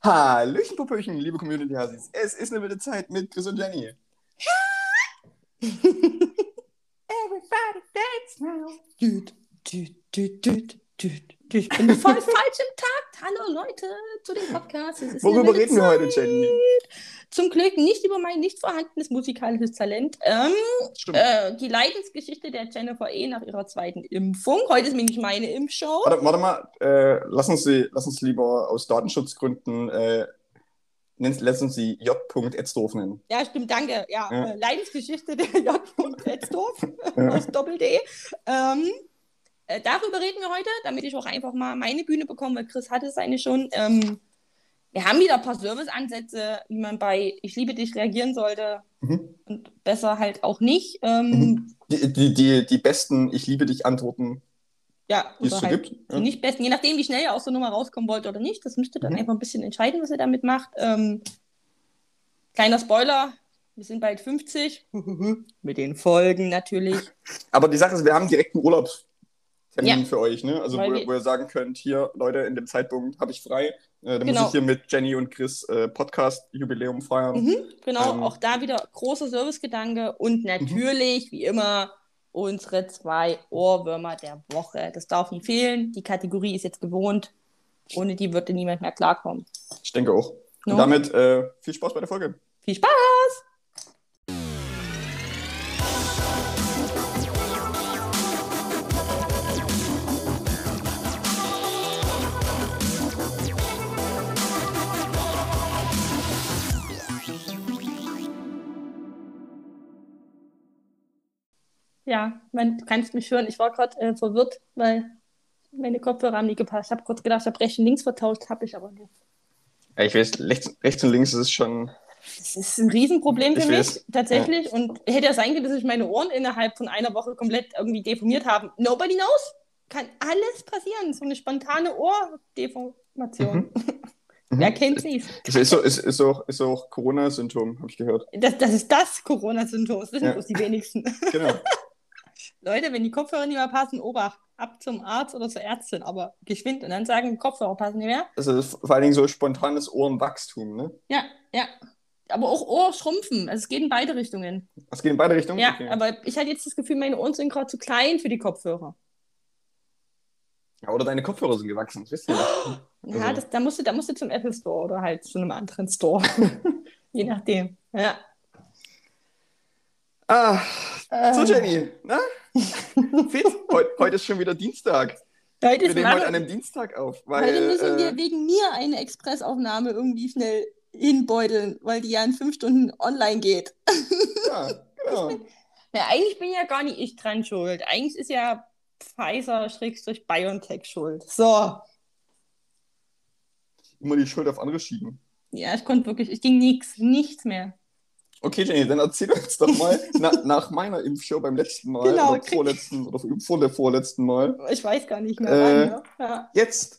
Hallöchen, Popöchen, liebe Community-Hasis. Es ist eine wilde Zeit mit Chris und Jenny. Everybody dance now. Düt, düt, düt, düt, düt. Ich bin voll falsch im Takt. Hallo Leute zu dem Podcast. Worüber reden wir heute, Jenny? Zum Glück nicht über mein nicht vorhandenes musikalisches Talent. Stimmt. Die Leidensgeschichte der Jennifer E. nach ihrer zweiten Impfung. Heute ist nämlich meine Impfshow. Warte mal, lass uns lieber aus Datenschutzgründen lassen Sie J. Etzdorf nennen. Ja, stimmt, danke. Ja. Leidensgeschichte der J. Etzdorf aus Doppel-D. Darüber reden wir heute, damit ich auch einfach mal meine Bühne bekomme, weil Chris hatte seine schon. Wir haben wieder ein paar Serviceansätze, wie man bei Ich liebe dich reagieren sollte. Und besser halt auch nicht. Die besten Ich liebe dich Antworten, ja, die es so halt gibt. Die nicht besten, je nachdem, wie schnell ihr aus der Nummer rauskommen wollt oder nicht. Das müsst ihr dann einfach ein bisschen entscheiden, was ihr damit macht. Kleiner Spoiler, wir sind bald 50. Mit den Folgen natürlich. Aber die Sache ist, wir haben direkt einen Urlaubstermin für euch, ne? Also wo ihr sagen könnt, hier, Leute, in dem Zeitpunkt habe ich frei. Dann muss ich hier mit Jenny und Chris Podcast-Jubiläum feiern. Genau, auch da wieder großer Servicegedanke und natürlich, wie immer, unsere 2 Ohrwürmer der Woche. Das darf nie fehlen. Die Kategorie ist jetzt gewohnt. Ohne die würde niemand mehr klarkommen. Ich denke auch. No? Und damit viel Spaß bei der Folge. Viel Spaß! Ja, du kannst mich hören. Ich war gerade verwirrt, weil meine Kopfhörer haben nie gepasst. Ich habe kurz gedacht, ich habe rechts und links vertauscht, habe ich aber nicht. Ja, ich weiß, rechts und links ist es schon... Das ist ein Riesenproblem für mich, tatsächlich. Ja. Und hätte ja sein können, dass sich meine Ohren innerhalb von einer Woche komplett irgendwie deformiert haben. Nobody knows. Kann alles passieren. So eine spontane Ohrdeformation. Wer kennt's nicht? Das ist auch Corona-Symptom, habe ich gehört. Das ist das Corona-Symptom. Das wissen bloß die wenigsten. Genau. Leute, wenn die Kopfhörer nicht mehr passen, Obacht, ab zum Arzt oder zur Ärztin, aber geschwind und dann sagen, Kopfhörer passen nicht mehr. Also das ist vor allen Dingen so spontanes Ohrenwachstum, ne? Ja. Aber auch Ohrschrumpfen, also es geht in beide Richtungen. Es geht in beide Richtungen? Ja, okay. Aber ich hatte jetzt das Gefühl, meine Ohren sind gerade zu klein für die Kopfhörer. Ja, oder deine Kopfhörer sind gewachsen, das wisst ihr nicht. Ja, da musst du zum Apple Store oder halt zu einem anderen Store. Je nachdem, ja. So Jenny, na? Fit? Heute ist schon wieder Dienstag. Wir nehmen heute an einem Dienstag auf. Heute müssen wir wegen mir eine Expressaufnahme irgendwie schnell hinbeuteln, weil die ja in 5 Stunden online geht. Ja, genau. Eigentlich bin ja gar nicht ich dran schuld. Eigentlich ist ja Pfizer/BioNTech schuld. So. Immer die Schuld auf andere schieben. Ja, ich ging nichts mehr. Okay, Jenny, dann erzähl uns doch mal nach meiner Impfshow beim letzten Mal oder vorletzten oder vor der vorletzten Mal. Ich weiß gar nicht mehr wann. Ne? Ja. Jetzt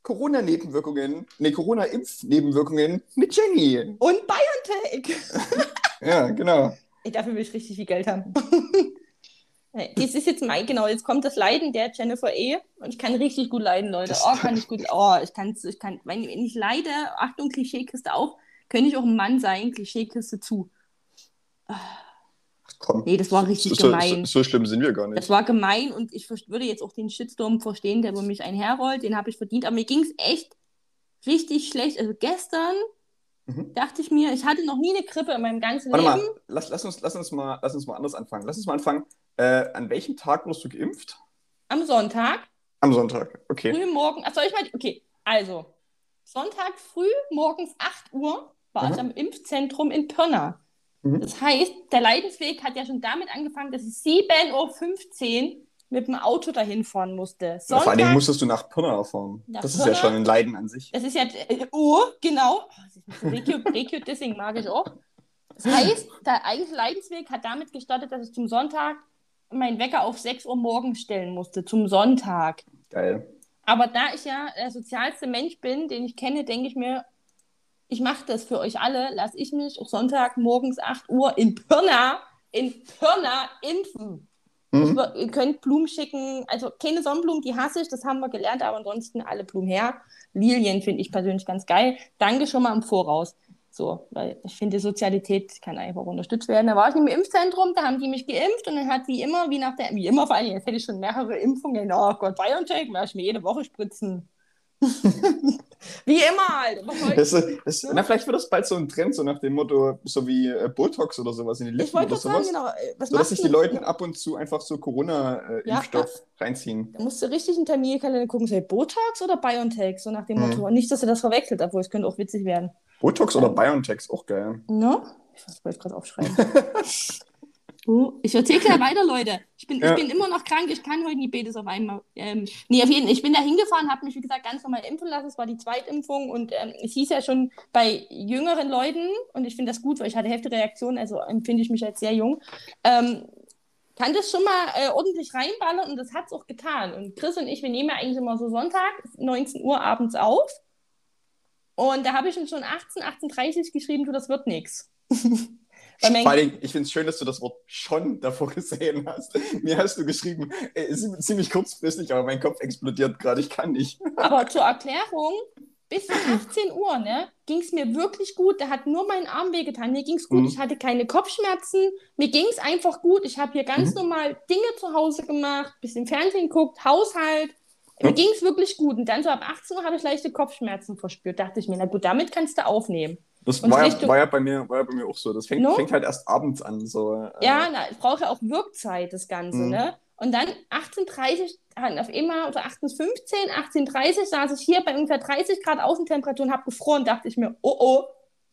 Corona-Impfnebenwirkungen mit Jenny. Und BioNTech. Ja, genau. Dafür will ich richtig viel Geld haben. Das ist jetzt jetzt kommt das Leiden der Jennifer E. Und ich kann richtig gut leiden, Leute. Kann ich gut. Wenn ich leide, Achtung, Klischeekiste auf, könnte ich auch ein Mann sein, Klischeekiste zu. Komm. Nee, das war richtig gemein. So schlimm sind wir gar nicht. Das war gemein und ich würde jetzt auch den Shitstorm verstehen, der über mich einherrollt. Den habe ich verdient. Aber mir ging es echt richtig schlecht. Also gestern dachte ich mir, ich hatte noch nie eine Grippe in meinem ganzen Leben. Warte mal, lass uns mal anders anfangen. Lass uns mal anfangen. An welchem Tag wurdest du geimpft? Am Sonntag. Am Sonntag, okay. Früh morgen. Okay, also Sonntag früh morgens 8 Uhr war ich am Impfzentrum in Pirna. Das heißt, der Leidensweg hat ja schon damit angefangen, dass ich 7:15 Uhr mit dem Auto dahin fahren musste. Vor allen Dingen musstest du nach Pirna fahren. Das ist ja schon ein Leiden an sich. Das ist ja, genau. Regio-Dissing mag ich auch. Das heißt, der eigentliche Leidensweg hat damit gestartet, dass ich zum Sonntag meinen Wecker auf 6 Uhr morgens stellen musste. Zum Sonntag. Geil. Aber da ich ja der sozialste Mensch bin, den ich kenne, denke ich mir, ich mache das für euch alle, lasse ich mich auch Sonntag morgens 8 Uhr in Pirna impfen. Ihr könnt Blumen schicken, also keine Sonnenblumen, die hasse ich, das haben wir gelernt, aber ansonsten alle Blumen her. Lilien finde ich persönlich ganz geil. Danke schon mal im Voraus. So, weil ich finde, Sozialität kann einfach unterstützt werden. Da war ich im Impfzentrum, da haben die mich geimpft und dann hat wie immer vor allem, jetzt hätte ich schon mehrere Impfungen. Oh Gott, BioNTech, werde ich mir jede Woche spritzen. Wie immer halt. Na, vielleicht wird das bald so ein Trend, so nach dem Motto, so wie Botox oder sowas in die Lippen oder sowas. Sagen, genau. So, dass sich die Leute ab und zu einfach so Corona-Impfstoff reinziehen. Da musst du richtig in den Terminkalender gucken, so BoTox oder BioNTech, so nach dem Motto. Nicht, dass du das verwechselt, obwohl es könnte auch witzig werden. Botox oder BioNTech, auch geil. No? Ich wollte gerade aufschreiben. Ich erzähle ja weiter, Leute. Ich bin immer noch krank, ich kann heute nicht beides auf einmal. Ich bin da hingefahren, habe mich, wie gesagt, ganz normal impfen lassen. Es war die Zweitimpfung und es hieß ja schon bei jüngeren Leuten, und ich finde das gut, weil ich hatte heftige Reaktionen, also empfinde ich mich als sehr jung, kann das schon mal ordentlich reinballern und das hat es auch getan. Und Chris und ich, wir nehmen ja eigentlich immer so Sonntag, 19 Uhr abends auf. Und da habe ich schon 18:30 geschrieben, du, das wird nichts. Vor allem, ich finde es schön, dass du das Wort schon davor gesehen hast. Mir hast du geschrieben, ist ziemlich kurzfristig, aber mein Kopf explodiert gerade, ich kann nicht. Aber zur Erklärung, bis 18 Uhr ging es mir wirklich gut. Da hat nur mein Arm wehgetan. Mir ging es gut, ich hatte keine Kopfschmerzen. Mir ging es einfach gut. Ich habe hier ganz normal Dinge zu Hause gemacht, bisschen Fernsehen geguckt, Haushalt. Mir ging es wirklich gut. Und dann so ab 18 Uhr habe ich leichte Kopfschmerzen verspürt. Dachte ich mir, na gut, damit kannst du aufnehmen. Das war ja bei mir auch so. Das fängt halt erst abends an. So, ich brauche ja auch Wirkzeit, das Ganze. Ne? Und dann 18:30, auf einmal, oder 18:15, 18:30 saß ich hier bei ungefähr 30 Grad Außentemperatur und habe gefroren. Dachte ich mir, now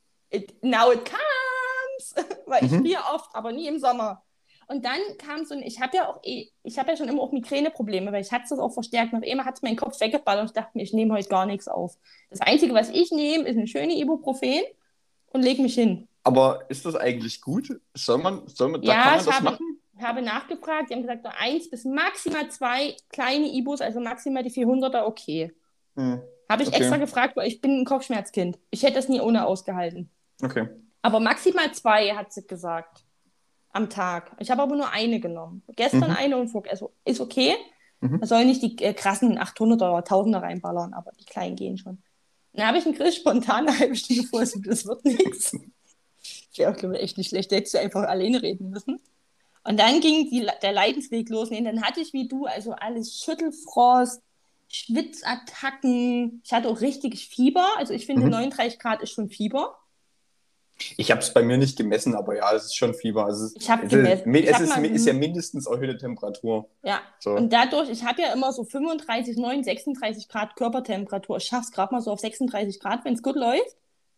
it comes. Weil ich friere oft, aber nie im Sommer. Und dann kam so ich habe ja schon immer auch Migräneprobleme, weil ich hatte das auch verstärkt. Nach einmal hat es meinen Kopf weggeballert und ich dachte mir, ich nehme heute gar nichts auf. Das Einzige, was ich nehme, ist eine schöne Ibuprofen und lege mich hin. Aber ist das eigentlich gut? Kann man das machen? Ich habe nachgefragt, die haben gesagt, nur 1 bis maximal 2 kleine Ibus, also maximal die 400er, okay. Habe ich extra gefragt, weil ich bin ein Kopfschmerzkind. Ich hätte das nie ohne ausgehalten. Okay. Aber maximal 2, hat sie gesagt. Am Tag. Ich habe aber nur eine genommen. Gestern eine und also ist okay. Man soll nicht die krassen 800er oder 1000er reinballern, aber die kleinen gehen schon. Dann habe ich einen Chris spontan eine halbe Stunde vor, das wird nichts. Ich wäre auch, glaube ich, echt nicht schlecht. Da hättest du einfach alleine reden müssen. Und dann ging der Leidensweg los. Und dann hatte ich wie du, also alles Schüttelfrost, Schwitzattacken. Ich hatte auch richtiges Fieber. Also ich finde, 39 Grad ist schon Fieber. Ich habe es bei mir nicht gemessen, aber ja, es ist schon Fieber. Also ich habe gemessen. Es ist ja mindestens erhöhte Temperatur. Ja, so. Und dadurch, ich habe ja immer so 35, 36 Grad Körpertemperatur. Ich schaffe es gerade mal so auf 36 Grad, wenn es gut läuft.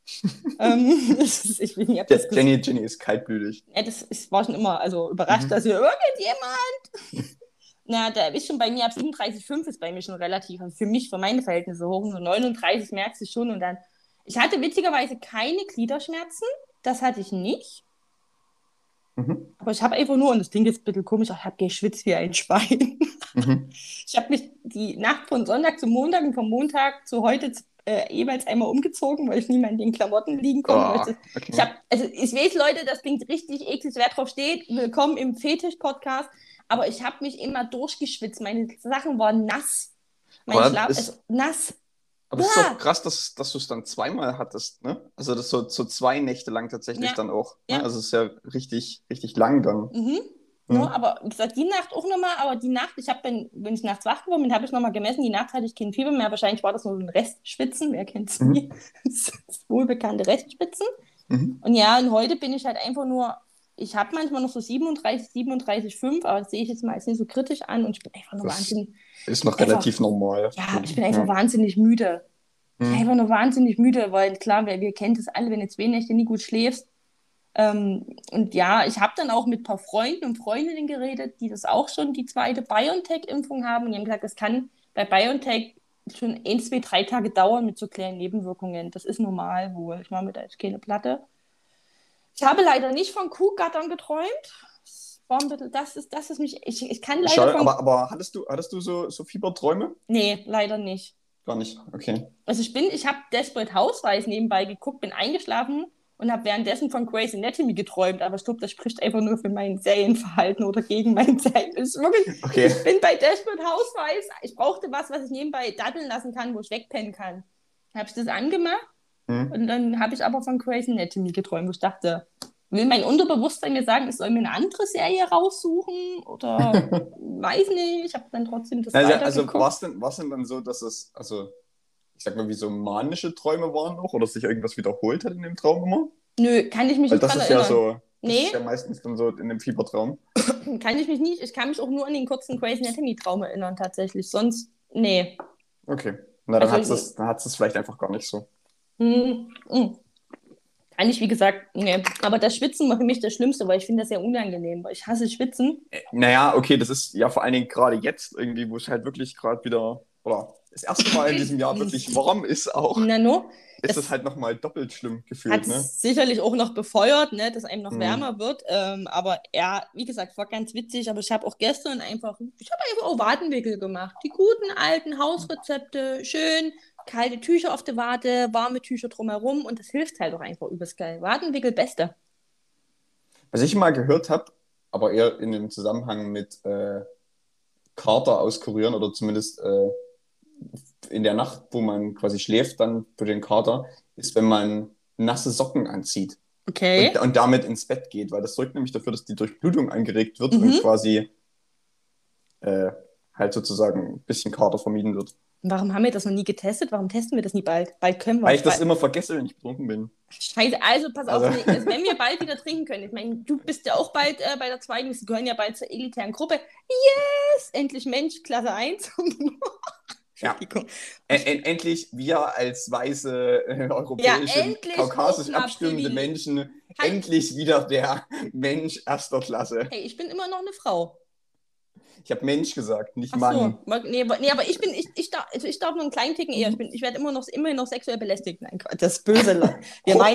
Ich bin ja Jenny ist kaltblütig. Ja, war schon immer überrascht, dass hier irgendjemand... Na, da ist schon bei mir ab 37,5 ist bei mir schon relativ, also für meine Verhältnisse hoch. Und so 39 merkst du schon und dann... Ich hatte witzigerweise keine Gliederschmerzen, das hatte ich nicht. Aber ich habe einfach nur, und das klingt jetzt ein bisschen komisch, ich habe geschwitzt wie ein Schwein. Ich habe mich die Nacht von Sonntag zu Montag und von Montag zu heute jeweils einmal umgezogen, weil ich nie mehr in den Klamotten liegen konnte. Okay. Ich weiß, Leute, das klingt richtig eklig, wer drauf steht. Willkommen im Fetisch-Podcast. Aber ich habe mich immer durchgeschwitzt. Meine Sachen waren nass. Mein Schlaf ist nass. Aber es ist doch krass, dass du es dann zweimal hattest, ne? Also das so 2 Nächte lang tatsächlich dann auch. Ja. Ne? Also es ist ja richtig, richtig lang dann. Ja, aber wie gesagt, die Nacht auch nochmal, aber die Nacht, wenn ich nachts wach geworden bin, habe ich nochmal gemessen, die Nacht hatte ich kein Fieber mehr, wahrscheinlich war das nur so ein Restspitzen, wer kennt es nie, das wohlbekannte Restspitzen. Und ja, und heute bin ich halt einfach nur, ich habe manchmal noch so 37,5, aber das sehe ich jetzt mal als nicht so kritisch an und ich bin einfach nur wahnsinnig... Ist noch relativ normal. Ja, ich bin einfach wahnsinnig müde. Ich bin einfach nur wahnsinnig müde, weil klar, wir kennen das alle, wenn du 2 Nächte nie gut schläfst. Und ja, ich habe dann auch mit ein paar Freunden und Freundinnen geredet, die das auch schon die 2. BioNTech-Impfung haben. Und die haben gesagt, das kann bei BioNTech schon 1, 2, 3 Tage dauern mit so kleinen Nebenwirkungen. Das ist normal wohl. Ich mache mir da jetzt keine Platte. Ich habe leider nicht von Kuhgattern geträumt. Das ist mich. Ich kann leider. Schade, aber hattest du so Fieberträume? Nee, leider nicht. Gar nicht, okay. Also ich habe Desperate Housewives nebenbei geguckt, bin eingeschlafen und habe währenddessen von Grey's Anatomy geträumt, aber ich glaube, das spricht einfach nur für mein Serienverhalten oder gegen mein Serienverhalten. Okay. Ich bin bei Desperate Housewives, ich brauchte was ich nebenbei daddeln lassen kann, wo ich wegpennen kann. Habe ich das angemacht und dann habe ich aber von Grey's Anatomy geträumt, wo ich dachte, will mein Unterbewusstsein mir sagen, ich soll mir eine andere Serie raussuchen oder weiß nicht, ich habe dann trotzdem das weitergeguckt. Also war es denn dann so, dass es, also ich sag mal, wie so manische Träume waren noch oder sich irgendwas wiederholt hat in dem Traum immer? Nö, kann ich mich nicht dran erinnern. Das ist ja meistens dann so in dem Fiebertraum. Kann ich mich nicht, ich kann mich auch nur an den kurzen Grey's Anatomy-Traum erinnern tatsächlich, sonst, nee. Okay, na dann hat es vielleicht einfach gar nicht so. Kann ich, wie gesagt, nee. Aber das Schwitzen war für mich das Schlimmste, weil ich finde das sehr unangenehm, weil ich hasse Schwitzen. Naja, okay, das ist ja vor allen Dingen gerade jetzt irgendwie, wo es halt wirklich gerade wieder, oder das erste Mal in diesem Jahr wirklich warm ist auch. Ist das halt nochmal doppelt schlimm gefühlt. Hat sicherlich auch noch befeuert, ne, dass einem noch wärmer wird. Aber ja, wie gesagt, war ganz witzig. Aber ich habe auch gestern einfach auch Wadenwickel gemacht. Die guten alten Hausrezepte, schön kalte Tücher auf der Wade, warme Tücher drumherum und das hilft halt auch einfach übelst geil. Wadenwickel, beste. Was ich mal gehört habe, aber eher in dem Zusammenhang mit Kater auskurieren oder zumindest in der Nacht, wo man quasi schläft, dann für den Kater, ist, wenn man nasse Socken anzieht. Okay. Und damit ins Bett geht, weil das sorgt nämlich dafür, dass die Durchblutung angeregt wird und quasi halt sozusagen ein bisschen Kater vermieden wird. Warum haben wir das noch nie getestet? Warum testen wir das nie bald? Bald können wir. Weil ich das immer vergesse, wenn ich betrunken bin. Scheiße, also pass auf, wenn wir bald wieder trinken können. Ich meine, du bist ja auch bald bei der zweiten, wir gehören ja bald zur elitären Gruppe. Yes! Endlich Mensch, Klasse 1. Ja. Endlich wir als weiße europäische, kaukasisch abstimmende Menschen, endlich wieder der Mensch erster Klasse. Hey, ich bin immer noch eine Frau. Ich habe Mensch gesagt, nicht Mann. Nee, aber ich darf nur einen kleinen Ticken eher. Ich werde immer noch sexuell belästigt. Nein, Gott, das Böse. Wir meinen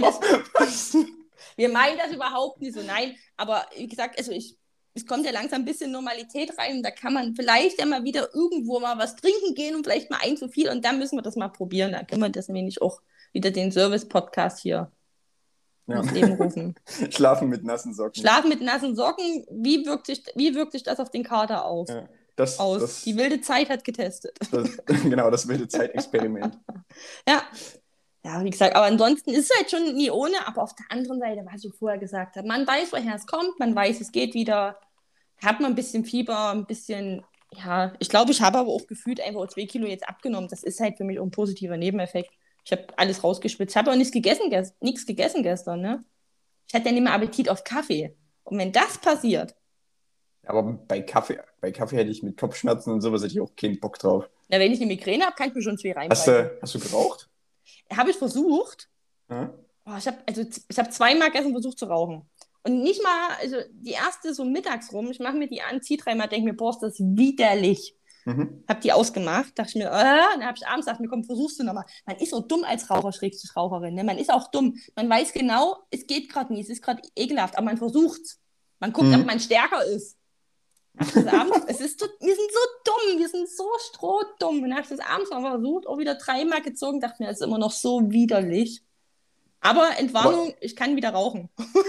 das überhaupt nicht so. Nein, aber wie gesagt, also es kommt ja langsam ein bisschen Normalität rein und da kann man vielleicht ja mal wieder irgendwo mal was trinken gehen und vielleicht mal ein zu viel und dann müssen wir das mal probieren. Da können wir das nämlich auch wieder den Service-Podcast hier ins Leben rufen. Schlafen mit nassen Socken. Schlafen mit nassen Socken. Wie wirkt sich das auf den Kater aus? Ja, die wilde Zeit hat getestet. Genau, das wilde Zeitexperiment. Ja, wie gesagt, aber ansonsten ist es halt schon nie ohne, aber auf der anderen Seite, was ich vorher gesagt habe, man weiß, woher es kommt, man weiß, es geht wieder, hat man ein bisschen Fieber, ein bisschen, ja, ich glaube, ich habe aber auch gefühlt einfach 2 Kilo jetzt abgenommen, das ist halt für mich auch ein positiver Nebeneffekt. Ich habe alles rausgespitzt, ich habe auch nichts gegessen gestern, ne? Ich hatte ja nicht mehr Appetit auf Kaffee und wenn das passiert. Aber bei Kaffee hätte ich mit Kopfschmerzen und sowas hätte ich auch keinen Bock drauf. Na, wenn ich eine Migräne habe, kann ich mir schon 2 reinbeißen. Hast du geraucht? Habe ich versucht. Ich habe 2-mal gestern versucht zu rauchen. Und nicht mal, also die erste so mittags rum, ich mache mir die an, ziehe 3-mal, denke mir, boah, ist das widerlich. Hab die ausgemacht, dachte ich mir, dann habe ich abends gesagt, komm, versuchst du nochmal. Man ist auch dumm als Raucher, Raucherin, ne? Man ist auch dumm. Man weiß genau, es geht gerade nicht, es ist gerade ekelhaft, aber man versucht's. Man guckt, ob man stärker ist. Wir sind so dumm, wir sind so strohdumm. Und dann habe ich das abends noch versucht, auch wieder 3-mal gezogen, dachte mir, das ist immer noch so widerlich. Aber Entwarnung, ich kann wieder rauchen.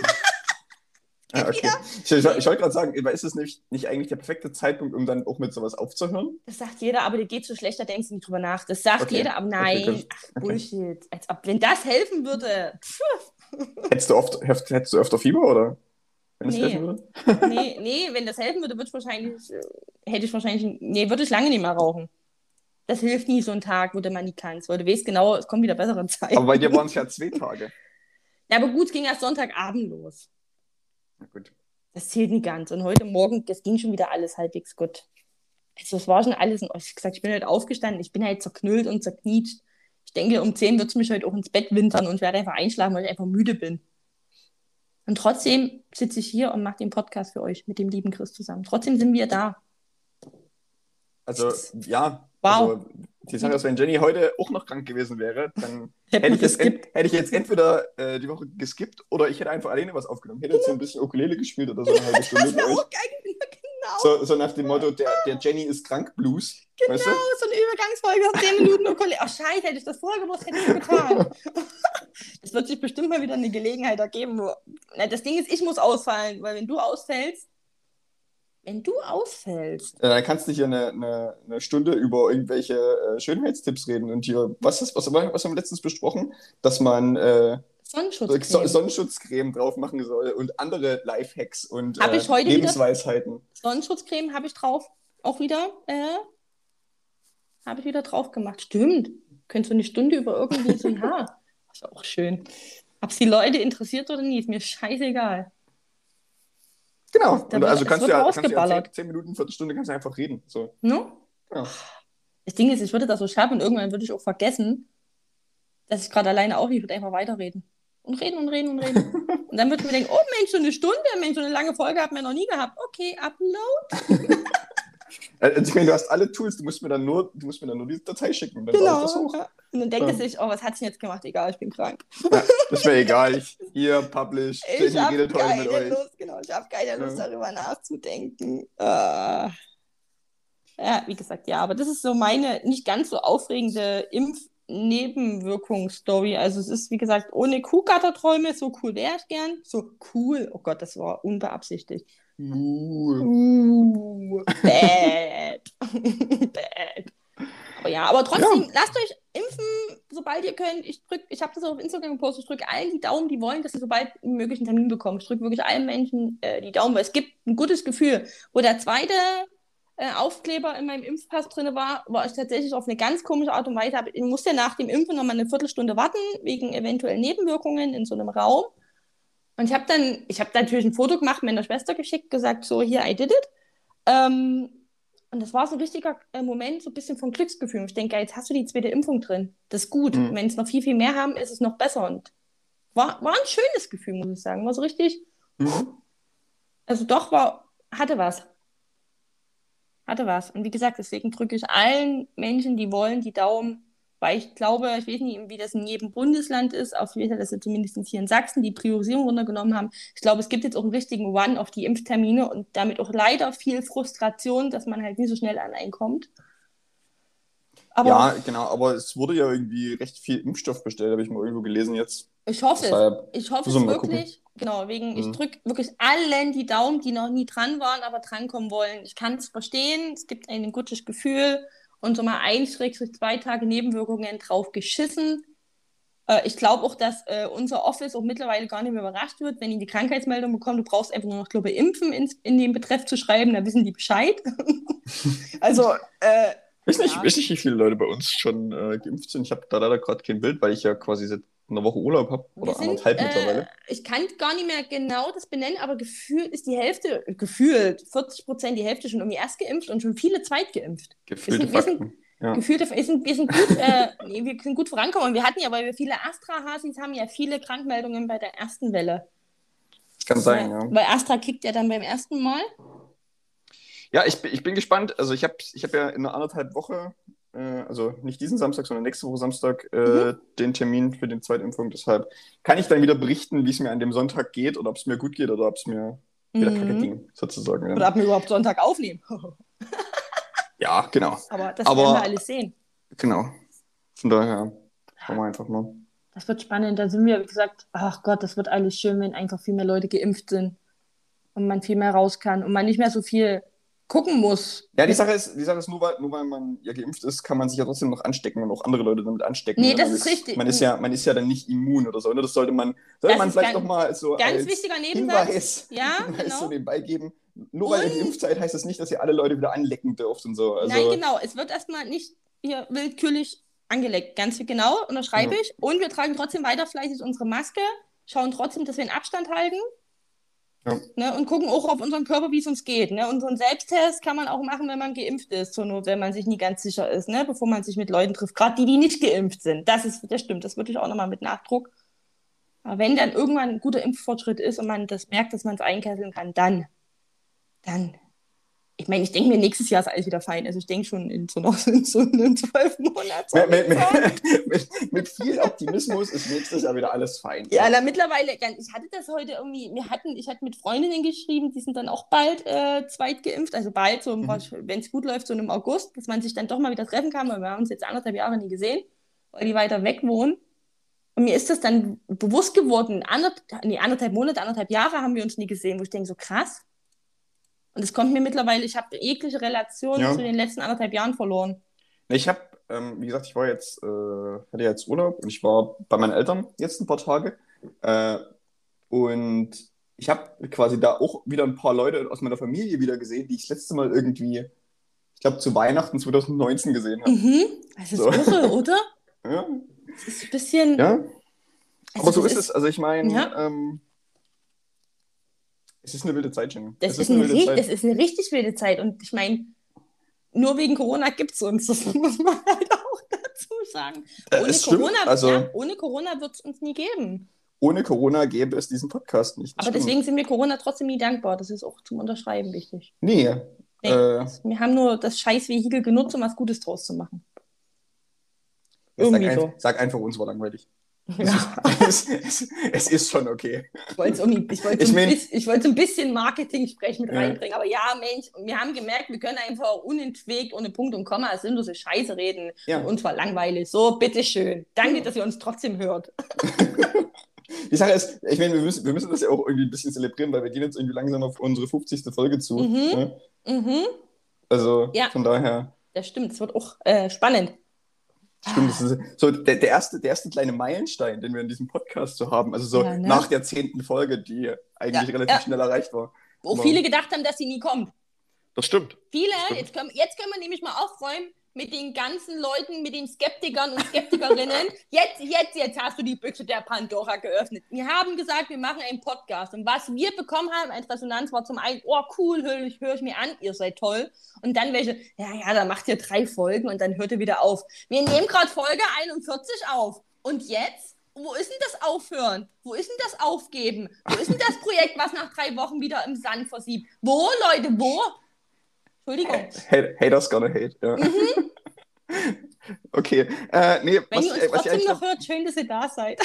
Okay. Ich wollte gerade sagen, ist es nicht eigentlich der perfekte Zeitpunkt, um dann auch mit sowas aufzuhören? Das sagt jeder, aber dir geht so schlecht, da denkst du nicht drüber nach. Das sagt jeder, aber nein, Bullshit. Als ob, wenn das helfen würde. Hättest du öfter Fieber, oder? Wenn es helfen würde? Nee, wenn das helfen würde, würde ich lange nicht mehr rauchen. Das hilft nie so ein Tag, wo du mal nie kannst, weil du weißt genau, es kommen wieder bessere Zeiten. Aber bei dir waren es ja 2 Tage. Ja, aber gut, es ging erst Sonntagabend los. Na gut. Das zählt nicht ganz. Und heute Morgen, das ging schon wieder alles halbwegs gut. Also es war schon alles in Ordnung. Ich gesagt, ich bin halt aufgestanden, ich bin halt zerknüllt und zerknietscht. Ich denke, um 10 wird es mich heute auch ins Bett wintern und werde einfach einschlafen, weil ich einfach müde bin. Und trotzdem sitze ich hier und mache den Podcast für euch mit dem lieben Chris zusammen. Trotzdem sind wir da. Also, ja. Wow. Also, die Sache ist, wenn Jenny heute auch noch krank gewesen wäre, dann hätte ich jetzt entweder die Woche geskippt oder ich hätte einfach alleine was aufgenommen. Hätte jetzt so ein bisschen Ukulele gespielt oder so eine halbe Stunde für euch. Genau. So nach dem Motto, der Jenny ist krank Blues. Genau, weißt du? So eine Übergangsfolge auf 10 Minuten Ukulele. Oh, scheiße, hätte ich das vorher gewusst, hätte ich es getan. wird sich bestimmt mal wieder eine Gelegenheit ergeben. Das Ding ist, ich muss ausfallen, weil wenn du ausfällst, Dann kannst du hier eine Stunde über irgendwelche Schönheitstipps reden. Und hier, was haben wir letztens besprochen? Dass man Sonnenschutzcreme drauf machen soll und andere Lifehacks und Habe ich heute Lebensweisheiten. Sonnenschutzcreme habe ich drauf. Auch wieder. Habe ich wieder drauf gemacht. Stimmt. Könntest du eine Stunde über irgendwie so, ja. Das ist auch schön. Ob es die Leute interessiert oder nicht, ist mir scheißegal. Genau. Und also kannst du ja 10 Minuten, Viertelstunde kannst du einfach reden. So. No? Ja. Das Ding ist, ich würde das so schaffen und irgendwann würde ich auch vergessen, dass ich gerade alleine auch nicht, ich würde einfach weiterreden. Und reden und reden und reden. Und dann würde ich mir denken, oh Mensch, so eine Stunde, Mensch, so eine lange Folge haben wir noch nie gehabt. Okay, Upload. Also ich meine, du hast alle Tools, du musst mir dann nur die Datei schicken und dann lade ich das hoch. Ja. Und dann denkt er sich, oh, was hat sie jetzt gemacht? Egal, ich bin krank. Ja, das wäre egal. Hier, publish, ich habe keine Lust, ich habe keine Lust, darüber nachzudenken. Ja, wie gesagt, ja, aber das ist so meine nicht ganz so aufregende Impfnebenwirkungsstory. Also es ist, wie gesagt, ohne Kuhgatterträume, so cool wäre ich gern. So cool, oh Gott, das war unbeabsichtigt. Bad. Bad. Aber ja, aber trotzdem, lasst euch impfen, sobald ihr könnt. Ich habe das auch auf Instagram gepostet, ich drücke allen die Daumen, die wollen, dass sie sobald wie möglich einen Termin bekommen. Ich drücke wirklich allen Menschen die Daumen, weil es gibt ein gutes Gefühl. Wo der zweite Aufkleber in meinem Impfpass drin war ich tatsächlich auf eine ganz komische Art und Weise, ich musste nach dem Impfen nochmal eine Viertelstunde warten, wegen eventuellen Nebenwirkungen in so einem Raum. Und ich habe natürlich ein Foto gemacht, meiner Schwester geschickt, gesagt, so, hier, I did it. Und das war so ein richtiger Moment, so ein bisschen von Glücksgefühl. Ich denke, jetzt hast du die zweite Impfung drin. Das ist gut. Mhm. Wenn es noch viel, viel mehr haben, ist es noch besser. Und war ein schönes Gefühl, muss ich sagen. War so richtig, also doch, hatte was. Und wie gesagt, deswegen drücke ich allen Menschen, die wollen, die Daumen, weil ich glaube, ich weiß nicht, wie das in jedem Bundesland ist, auf jeden Fall, dass sie zumindest hier in Sachsen die Priorisierung runtergenommen haben. Ich glaube, es gibt jetzt auch einen richtigen Run auf die Impftermine und damit auch leider viel Frustration, dass man halt nicht so schnell an einen kommt. Aber ja, genau, aber es wurde ja irgendwie recht viel Impfstoff bestellt, habe ich mal irgendwo gelesen jetzt. Ich hoffe es wirklich. Genau, ich drücke wirklich allen die Daumen, die noch nie dran waren, aber drankommen wollen. Ich kann es verstehen, es gibt ein gutes Gefühl und so mal 1-2 Tage Nebenwirkungen drauf geschissen. Ich glaube auch, dass unser Office auch mittlerweile gar nicht mehr überrascht wird, wenn die Krankheitsmeldung bekommen, du brauchst einfach nur noch, glaube ich, impfen in den Betreff zu schreiben, da wissen die Bescheid. Also, ich weiß nicht, wie viele Leute bei uns schon geimpft sind. Ich habe da leider gerade kein Bild, weil ich ja quasi seit einer Woche Urlaub habe oder anderthalb mittlerweile. Ich kann gar nicht mehr genau das benennen, aber gefühlt ist die Hälfte, 40% die Hälfte schon irgendwie erst geimpft und schon viele zweitgeimpft. Gefühlte Fakten. Wir sind gut vorangekommen. Und wir hatten ja, weil wir viele Astra-Hasis haben, ja viele Krankmeldungen bei der ersten Welle. Das kann sein, ja. Weil Astra kickt ja dann beim ersten Mal. Ja, ich bin gespannt. Also ich hab ja in einer anderthalb Woche, also nicht diesen Samstag, sondern nächste Woche Samstag, den Termin für die Zweitimpfung. Deshalb kann ich dann wieder berichten, wie es mir an dem Sonntag geht oder ob es mir gut geht oder ob es mir wieder kacke ging, sozusagen. Ja. Oder ob wir überhaupt Sonntag aufnehmen. Ja, genau. Aber das werden wir alles sehen. Genau. Von daher schauen wir einfach mal. Das wird spannend. Da sind wir, wie gesagt, ach Gott, das wird alles schön, wenn einfach viel mehr Leute geimpft sind und man viel mehr raus kann und man nicht mehr so viel gucken muss. Ja, die Sache ist nur weil man ja geimpft ist, kann man sich ja trotzdem noch anstecken und auch andere Leute damit anstecken. Nee, das ist richtig. Man ist ja dann nicht immun oder so. Ne? Das sollte man vielleicht noch mal so ganz als wichtiger Nebensatz. Hinweis so nebenbei geben. Nur weil ihr geimpft seid, heißt das nicht, dass ihr alle Leute wieder anlecken dürft und so. Also, nein, genau. Es wird erstmal nicht hier willkürlich angeleckt. Ganz genau, unterschreibe ich. Und wir tragen trotzdem weiter fleißig unsere Maske, schauen trotzdem, dass wir einen Abstand halten. Ja. Ne, und gucken auch auf unseren Körper, wie es uns geht. Ne? Und so einen Selbsttest kann man auch machen, wenn man geimpft ist, zur Not, wenn man sich nie ganz sicher ist, ne? Bevor man sich mit Leuten trifft, gerade die nicht geimpft sind. Das stimmt, das würde ich auch nochmal mit Nachdruck. Aber wenn dann irgendwann ein guter Impffortschritt ist und man das merkt, dass man es einkesseln kann, dann. Ich meine, ich denke mir, nächstes Jahr ist alles wieder fein. Also ich denke schon in so einem 12 Monaten. Mit viel Optimismus ist nächstes Jahr wieder alles fein. Ja, na, mittlerweile, ich hatte das heute irgendwie, ich hatte mit Freundinnen geschrieben, die sind dann auch bald zweitgeimpft, also bald, so, wenn es gut läuft, so im August, dass man sich dann doch mal wieder treffen kann, weil wir haben uns jetzt 1,5 Jahre nie gesehen, weil die weiter weg wohnen. Und mir ist das dann bewusst geworden, anderthalb Monate, 1,5 Jahre haben wir uns nie gesehen, wo ich denke, so krass. Und es kommt mir mittlerweile, ich habe jegliche Relation Ja. zu den letzten 1,5 Jahren verloren. Ich habe, wie gesagt, ich war jetzt, hatte jetzt Urlaub und ich war bei meinen Eltern jetzt ein paar Tage. Äh, und ich habe quasi da auch wieder ein paar Leute aus meiner Familie wieder gesehen, die ich das letzte Mal irgendwie, ich glaube, zu Weihnachten 2019 gesehen habe. Das ist So. irre, oder? Ja, Das ist ein bisschen. ja. Aber so das ist es. Also ich meine, Ja. es ist eine wilde Zeit, Jenny. Das Es ist ist eine wilde das Zeit. ist eine richtig wilde Zeit. Und ich meine, nur wegen Corona gibt es uns. Das muss man halt auch dazu sagen. Es stimmt. Also Ohne Corona wird es uns nie geben. ohne Corona gäbe es diesen Podcast nicht. Das Aber stimmt. deswegen sind wir Corona trotzdem nie dankbar. Das ist auch zum Unterschreiben wichtig. Nee. Nee, wir haben nur das Scheiß-Vehikel genutzt, um was Gutes draus zu machen. Irgendwie so. Sag einfach, uns war langweilig. Ja. Es ist schon okay. Ich wollte so ein bisschen Marketing-Sprech mit reinbringen. Aber ja, Mensch, wir haben gemerkt, wir können einfach unentwegt, ohne Punkt und Komma, sinnlose Scheiße reden. Ja. Und uns war langweilig. So, bitteschön. Danke, dass ihr uns trotzdem hört. Die Sache ist, ich meine, wir müssen das ja auch irgendwie ein bisschen zelebrieren, weil wir gehen jetzt irgendwie langsam auf unsere 50. Folge zu. Ne? Also Ja. von daher. Das stimmt, es wird auch spannend. Stimmt, das ist so der erste kleine Meilenstein, den wir in diesem Podcast so haben. Also so Ja, ne? nach der 10. Folge, die eigentlich relativ schnell erreicht war. Wo viele gedacht haben, dass sie nie kommt. Das stimmt. Viele, stimmt. Jetzt können wir nämlich mal aufräumen mit den ganzen Leuten, mit den Skeptikern und Skeptikerinnen. Jetzt hast du die Büchse der Pandora geöffnet. Wir haben gesagt, wir machen einen Podcast. Und was wir bekommen haben als Resonanz war zum einen, oh cool, höre ich mir an, ihr seid toll. Und dann welche, ja, da macht ihr 3 Folgen und dann hört ihr wieder auf. Wir nehmen gerade Folge 41 auf. Und jetzt? Wo ist denn das Aufhören? Wo ist denn das Aufgeben? Wo ist denn das Projekt, was nach 3 Wochen wieder im Sand versiebt? Wo, Leute, wo? Entschuldigung. Haters gonna hate, ja. Okay. Nee, Wenn ihr uns trotzdem noch hört, schön, dass ihr da seid.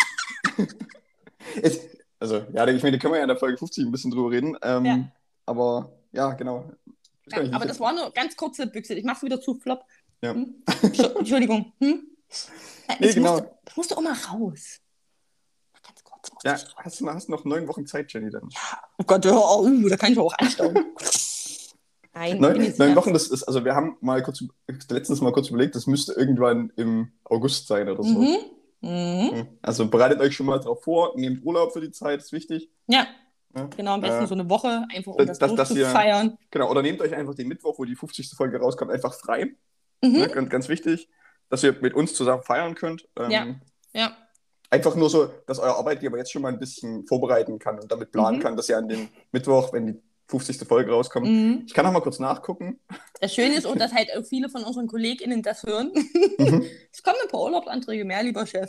Also, ja, ich meine, da können wir ja in der Folge 50 ein bisschen drüber reden. Ja. Aber, ja, genau. Ja, aber das war nur ganz kurze Büchse. Ich mach's wieder zu flop. Ja. Entschuldigung. Nee, genau. Das musst du auch mal raus. Ganz kurz. Ja, hast noch 9 Wochen Zeit, Jenny, dann. Ja, oh Gott, da kann ich auch anstauen. Nein, 9 Wochen, das ist, also wir haben letztens mal kurz überlegt, das müsste irgendwann im August sein oder so. Also bereitet euch schon mal drauf vor, nehmt Urlaub für die Zeit, ist wichtig. Ja. Genau, am besten so eine Woche, einfach um das durchzufeiern. Genau, oder nehmt euch einfach den Mittwoch, wo die 50. Folge rauskommt, einfach frei. Ne, ganz wichtig, dass ihr mit uns zusammen feiern könnt. Ja. Einfach nur so, dass euer Arbeitgeber jetzt schon mal ein bisschen vorbereiten kann und damit planen kann, dass ihr an den Mittwoch, wenn die 50. Folge rauskommt. Ich kann noch mal kurz nachgucken. Das Schöne ist auch, dass halt auch viele von unseren KollegInnen das hören. Es kommen ein paar Urlaubsanträge mehr, lieber Chef.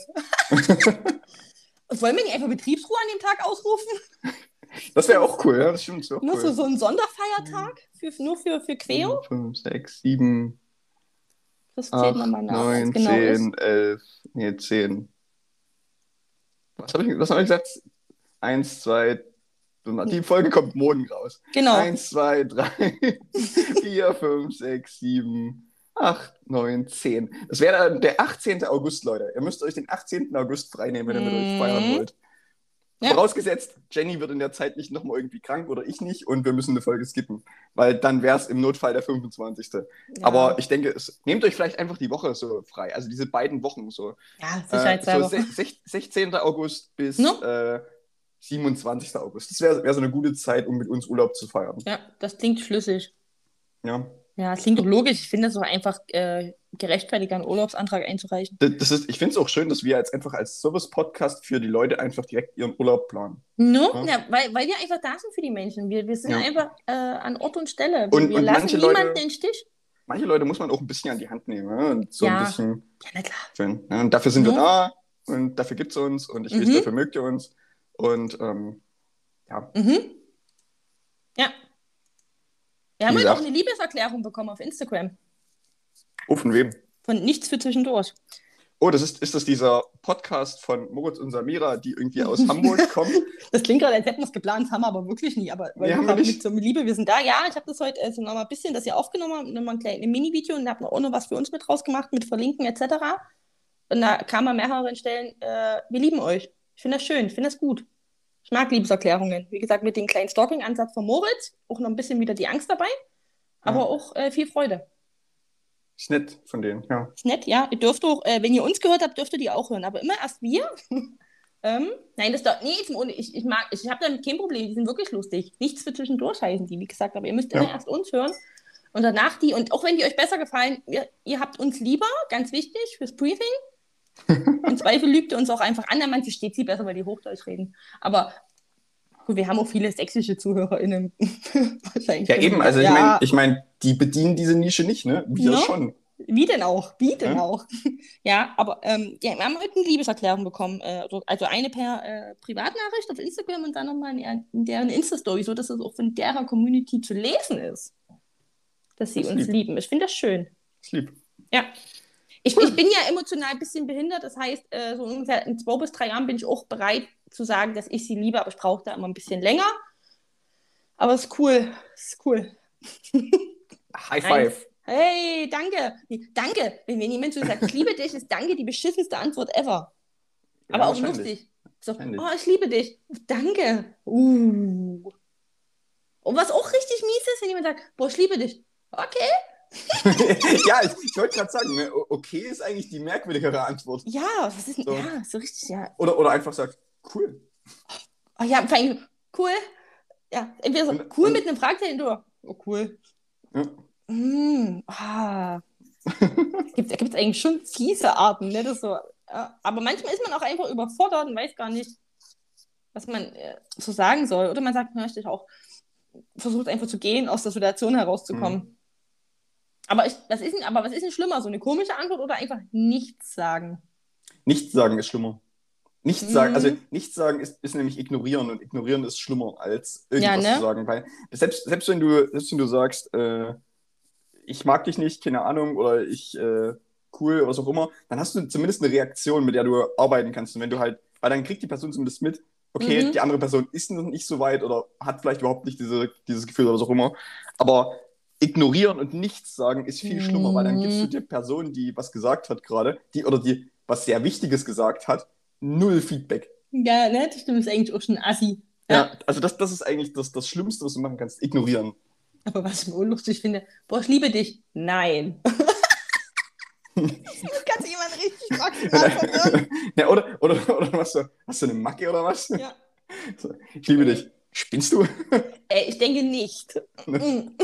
Wollen wir nicht einfach Betriebsruhe an dem Tag ausrufen? Das wäre auch cool, ja, das stimmt. Auch nur cool. so ein Sonderfeiertag? Nur für Queo? 5, 6, 7, Das zählt 8, nochmal nach. 9, Genau 10, 11, nee, 10. Was habe ich gesagt? 1, 2, die Folge kommt morgen raus. Genau. 1, 2, 3, 4, 5, 6, 7, 8, 9, 10. Das wäre dann der 18. August, Leute. Ihr müsst euch den 18. August freinehmen, wenn ihr mit euch feiern wollt. Ja. Vorausgesetzt, Jenny wird in der Zeit nicht nochmal irgendwie krank oder ich nicht und wir müssen eine Folge skippen, weil dann wäre es im Notfall der 25. Ja. Aber ich denke, nehmt euch vielleicht einfach die Woche so frei, also diese beiden Wochen so. Ja, sicherheitshalber. So 16. August bis 27. August. Das wäre so eine gute Zeit, um mit uns Urlaub zu feiern. Ja, das klingt schlüssig. Ja. Ja, es klingt doch logisch. Ich finde es auch einfach gerechtfertigt, einen Urlaubsantrag einzureichen. Ich finde es auch schön, dass wir jetzt einfach als Service-Podcast für die Leute einfach direkt ihren Urlaub planen. Ja, weil wir einfach da sind für die Menschen. Wir sind einfach an Ort und Stelle. Und wir lassen niemanden den Stich. Manche Leute muss man auch ein bisschen an die Hand nehmen. Ne? Und so ein bisschen. Ja, na klar. Schön, ne? Und dafür sind wir da und dafür gibt es uns und ich weiß, dafür mögt ihr uns. Und ja. Ja. Wir haben heute auch eine Liebeserklärung bekommen auf Instagram. Oh, von wem? Von Nichts für Zwischendurch. Oh, ist das dieser Podcast von Moritz und Samira, die irgendwie aus Hamburg kommen? Das klingt gerade, als hätten wir es geplant, haben wir aber wirklich nie. Aber weil wir mit so Liebe, wir sind da. Ja, ich habe das heute also noch mal ein bisschen, dass ihr aufgenommen habt, nochmal ein kleines Mini-Video und habt auch noch was für uns mit rausgemacht, mit Verlinken etc. Und da kam an mehreren Stellen, wir lieben euch. Ich finde das schön, ich finde das gut. Ich mag Liebeserklärungen. Wie gesagt, mit dem kleinen Stalking-Ansatz von Moritz, auch noch ein bisschen wieder die Angst dabei, aber Ja. auch viel Freude. Ist nett von denen, ja. Ist nett, ja. Ihr dürft auch, wenn ihr uns gehört habt, dürft ihr die auch hören. Aber immer erst wir. Nein, das doch, nee, ich habe damit kein Problem. Die sind wirklich lustig. Nichts für zwischendurch heißen die, wie gesagt. Aber ihr müsst immer Ja. erst uns hören und danach die. Und auch wenn die euch besser gefallen, ihr habt uns lieber, ganz wichtig, fürs Briefing. Im Zweifel lügt ihr uns auch einfach an. Man versteht sie besser, weil die Hochdeutsch reden. Aber gut, wir haben auch viele sächsische ZuhörerInnen. Wahrscheinlich. Ja, eben, also Ja. ich meine, die bedienen diese Nische nicht, ne? Wir No? schon. Wie denn auch? Wie denn Ja? auch? Ja, aber ja, wir haben heute eine Liebeserklärung bekommen. Also eine per Privatnachricht auf Instagram und dann nochmal in deren Insta-Story, sodass es auch von deren Community zu lesen ist, dass sie Das ist uns lieb. lieben. Ich finde das schön. Das ist lieb. Ja. Ich bin ja emotional ein bisschen behindert. Das heißt, so ungefähr in 2 bis 3 Jahren bin ich auch bereit zu sagen, dass ich sie liebe, aber ich brauche da immer ein bisschen länger. Aber es ist cool. Es ist cool. High five. Hey, danke. Nee, danke. Wenn jemand so sagt, ich liebe dich, ist danke die beschissenste Antwort ever. Ja, Aber auch wahrscheinlich. lustig. So, Wahrscheinlich. oh, ich liebe dich. Danke. Und was auch richtig mies ist, wenn jemand sagt, boah, ich liebe dich. Okay. Ja, ich wollte gerade sagen, ne, okay ist eigentlich die merkwürdigere Antwort. Ja, was ist denn? So. Ja, so richtig, ja. Oder einfach sagt, cool. Oh ja, vor allem, cool. Ja, entweder so, cool mit einem Fragezeichen durch. Oh, cool. Ja. Da gibt es eigentlich schon fiese Arten, ne? Das so, aber manchmal ist man auch einfach überfordert und weiß gar nicht, was man so sagen soll. Oder man sagt, möchte ich auch, versucht einfach zu gehen, aus der Situation herauszukommen. Aber was ist denn schlimmer? So eine komische Antwort oder einfach nichts sagen? Nichts sagen ist schlimmer. Nichts sagen, also nichts sagen ist nämlich ignorieren und ignorieren ist schlimmer als irgendwas zu sagen. Weil selbst wenn du sagst, ich mag dich nicht, keine Ahnung, oder ich cool oder was auch immer, dann hast du zumindest eine Reaktion, mit der du arbeiten kannst. Und wenn du halt, weil dann kriegt die Person zumindest mit, okay, die andere Person ist noch nicht so weit oder hat vielleicht überhaupt nicht dieses Gefühl oder was auch immer. Aber ignorieren und nichts sagen ist viel schlimmer, weil dann gibst du der Person, die was gesagt hat gerade, die was sehr Wichtiges gesagt hat, 0 Feedback. Ja, ne, das stimmt, ist eigentlich auch schon assi. Ja, also das ist eigentlich das Schlimmste, was du machen kannst, ignorieren. Aber was ich mir unlustig finde, boah, ich liebe dich. Nein. Das kann sich jemand richtig maximal verwirren. Ja, oder hast du eine Macke oder was? Ja. Ich liebe dich. Spinnst du? Ich denke nicht. Aber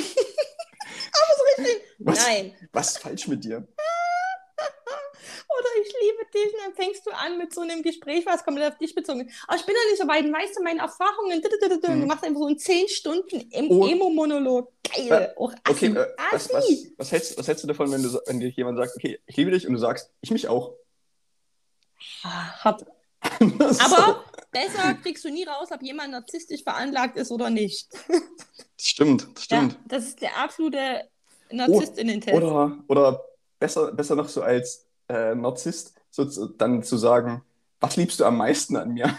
so richtig. Nein. Was ist falsch mit dir? Oder ich liebe dich und dann fängst du an mit so einem Gespräch, was komplett auf dich bezogen ist. Aber ich bin doch nicht so weit, weißt du, meine Erfahrungen. Du machst einfach so einen 10 Stunden Emo-Monolog. Geil. Okay, was hältst du davon, wenn dir jemand sagt, okay, ich liebe dich und du sagst, ich mich auch? Hart. Aber besser kriegst du nie raus, ob jemand narzisstisch veranlagt ist oder nicht. Das stimmt. Ja, das ist der absolute Narzisstinnen-Test. Oder besser noch so als Narzisst, dann zu sagen, was liebst du am meisten an mir?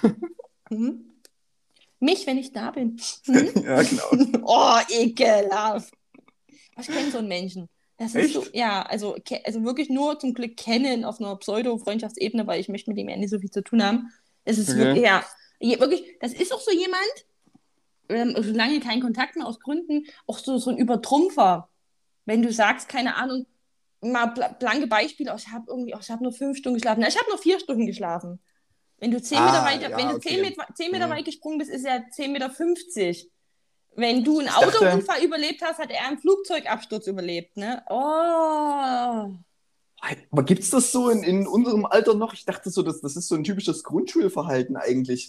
Mich, wenn ich da bin. Ja, genau. Oh, ekelhaft. Ich kenne so einen Menschen. Das ist Echt? so, ja, also wirklich nur zum Glück kennen auf einer Pseudo-Freundschaftsebene, weil ich möchte mit dem ja nicht so viel zu tun haben. Es ist wirklich, ja, wirklich, das ist auch so jemand, solange kein Kontakt mehr aus Gründen, auch so ein Übertrumpfer. Wenn du sagst, keine Ahnung, mal blanke Beispiele, ich habe nur 5 Stunden geschlafen. Ich habe nur 4 Stunden geschlafen. Wenn du 10 Meter weit, wenn du 10 Meter weit gesprungen bist, ist er 10,50 Meter. Wenn du einen Autounfall überlebt hast, hat er einen Flugzeugabsturz überlebt, ne? Oh. Aber gibt es das so in unserem Alter noch? Ich dachte so, das ist so ein typisches Grundschulverhalten eigentlich.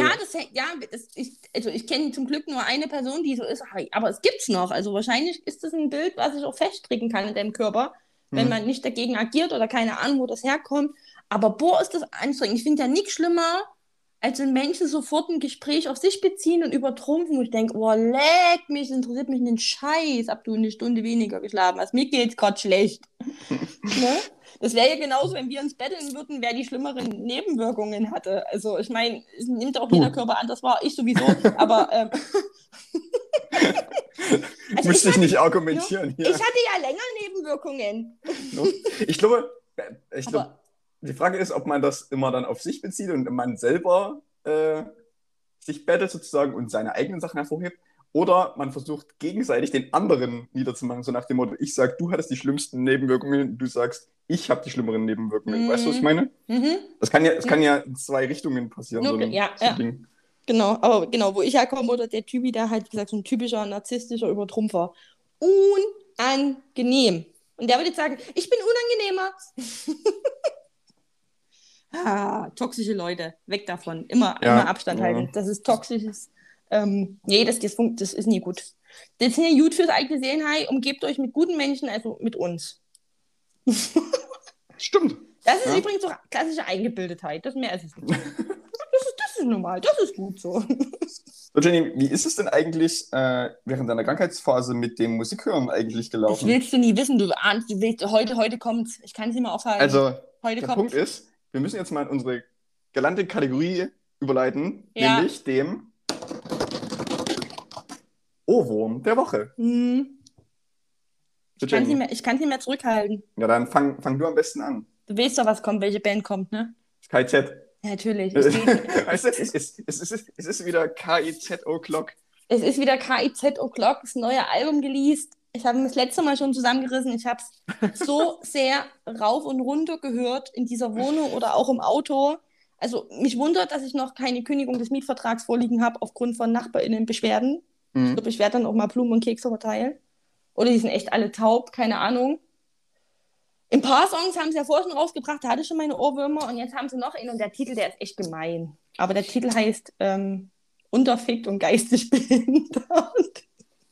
Ich kenne zum Glück nur eine Person, die so ist, aber es gibt's noch. Also wahrscheinlich ist das ein Bild, was ich auch feststricken kann in deinem Körper, wenn man nicht dagegen agiert oder keine Ahnung, wo das herkommt. Aber boah, ist das anstrengend. Ich finde ja nichts schlimmer, als wenn Menschen sofort ein Gespräch auf sich beziehen und übertrumpfen. Und ich denke, oh, leck mich, interessiert mich einen Scheiß, ob du eine Stunde weniger geschlafen hast. Mir geht's gerade schlecht. Ne? Das wäre ja genauso, wenn wir uns betteln würden, wer die schlimmeren Nebenwirkungen hatte. Also ich meine, es nimmt auch jeder Körper an, das war ich sowieso, aber also müsste ich nicht argumentieren. Ich hatte ja länger Nebenwirkungen. Ich glaube, die Frage ist, ob man das immer dann auf sich bezieht und man selber sich bettelt sozusagen und seine eigenen Sachen hervorhebt. Oder man versucht gegenseitig den anderen niederzumachen, so nach dem Motto, ich sag, du hattest die schlimmsten Nebenwirkungen, du sagst, ich habe die schlimmeren Nebenwirkungen. Weißt du, was ich meine? Das kann ja in zwei Richtungen passieren, so ein Ding. Genau, aber genau, wo ich herkomme, oder der Typi, der halt, wie gesagt, so ein typischer narzisstischer Übertrumpfer. Unangenehm. Und der würde jetzt sagen, ich bin unangenehmer. Toxische Leute, weg davon. Immer Abstand halten. Das ist toxisches. Nee, das ist nie gut. Das ist nicht gut fürs eigene Seelenheil. Umgebt euch mit guten Menschen, also mit uns. Stimmt. Das ist übrigens so klassische Eingebildetheit. Das mehr ist es nicht. Das ist normal. Das ist gut so. So, Jenny, wie ist es denn eigentlich während deiner Krankheitsphase mit dem Musikhören eigentlich gelaufen? Das willst du nie wissen. Du willst, heute kommt's. Ich kann es nicht mehr aufhalten. Also, der Punkt ist, wir müssen jetzt mal in unsere galante Kategorie überleiten, nämlich dem Ohrwurm der Woche. Ich kann es nicht mehr zurückhalten. Ja, dann fang du am besten an. Du weißt doch, was kommt, welche Band kommt, ne? KIZ. Ja, natürlich. Weißt du, es ist wieder KIZ O'Clock. Es ist wieder KIZ O'Clock, das neue Album geleast. Ich habe das letzte Mal schon zusammengerissen. Ich habe es so sehr rauf und runter gehört in dieser Wohnung oder auch im Auto. Also mich wundert, dass ich noch keine Kündigung des Mietvertrags vorliegen habe aufgrund von NachbarInnen-Beschwerden. Ich glaube, ich werde dann auch mal Blumen und Kekse verteilen. Oder die sind echt alle taub, keine Ahnung. Ein paar Songs haben sie ja vorher schon rausgebracht, da hatte ich schon meine Ohrwürmer und jetzt haben sie noch einen und der Titel, der ist echt gemein. Aber der Titel heißt Unterfickt und geistig behindert.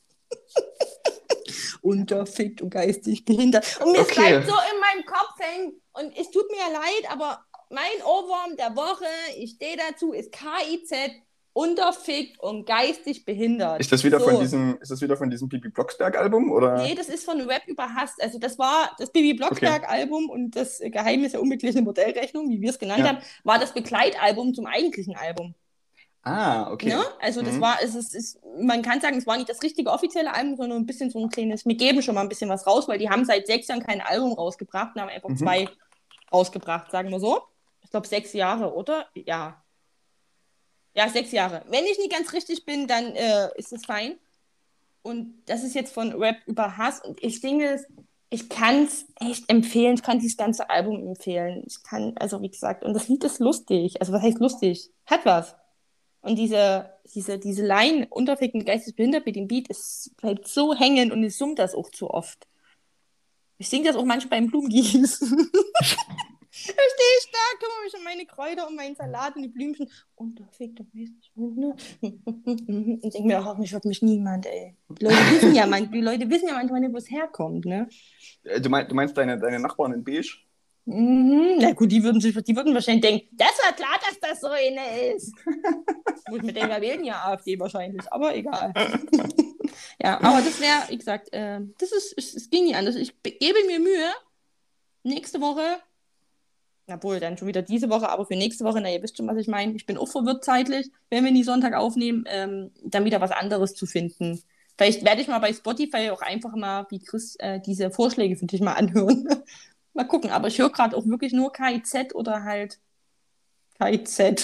Unterfickt und geistig behindert. Und mir bleibt so in meinem Kopf hängen und es tut mir leid, aber mein Ohrwurm der Woche, ich stehe dazu, ist KIZ, unterfickt und geistig behindert. Ist das wieder von diesem Bibi Blocksberg-Album? Oder? Nee, das ist von Rap über Hass. Also das war das Bibi Blocksberg-Album und das Geheimnis der unbeglichenen Modellrechnung, wie wir es genannt haben, war das Begleitalbum zum eigentlichen Album. Okay. Ne? Also das war, man kann sagen, es war nicht das richtige offizielle Album, sondern ein bisschen so ein kleines, wir geben schon mal ein bisschen was raus, weil die haben seit 6 Jahren kein Album rausgebracht und haben einfach 2 rausgebracht, sagen wir so. Ich glaube 6 Jahre, oder? Ja. Ja, 6 Jahre. Wenn ich nicht ganz richtig bin, dann ist es fein. Und das ist jetzt von Rap über Hass. Und ich denke, ich kann es echt empfehlen. Ich kann dieses ganze Album empfehlen. Also wie gesagt, und das Lied ist lustig. Also was heißt lustig? Hat was. Und diese Line, unterfickend geistig behindert mit dem Beat, bleibt so hängen und ich summe das auch zu oft. Ich singe das auch manchmal beim Blumengießen. Da stehe ich da, kümmere mich um meine Kräuter, um meinen Salat und die Blümchen. Unterfickt und geistig behindert. Und denke mir, ach, mich hört mich niemand, ey. Die Leute wissen ja manchmal nicht, wo es herkommt, ne? Du meinst deine Nachbarn in Beige? Na gut, die würden wahrscheinlich denken, das war klar, dass das so eine ist. Gut, mit dem wir wählen ja AfD wahrscheinlich, aber egal. Ja, aber das wäre, wie gesagt, es ging nicht anders. Ich gebe mir Mühe, nächste Woche, obwohl dann schon wieder diese Woche, aber für nächste Woche, ihr wisst schon, was ich meine. Ich bin auch verwirrt zeitlich, wenn wir nie Sonntag aufnehmen, dann wieder was anderes zu finden. Vielleicht werde ich mal bei Spotify auch einfach mal, wie Chris, diese Vorschläge für dich mal anhören. Mal gucken, aber ich höre gerade auch wirklich nur KIZ oder halt KIZ.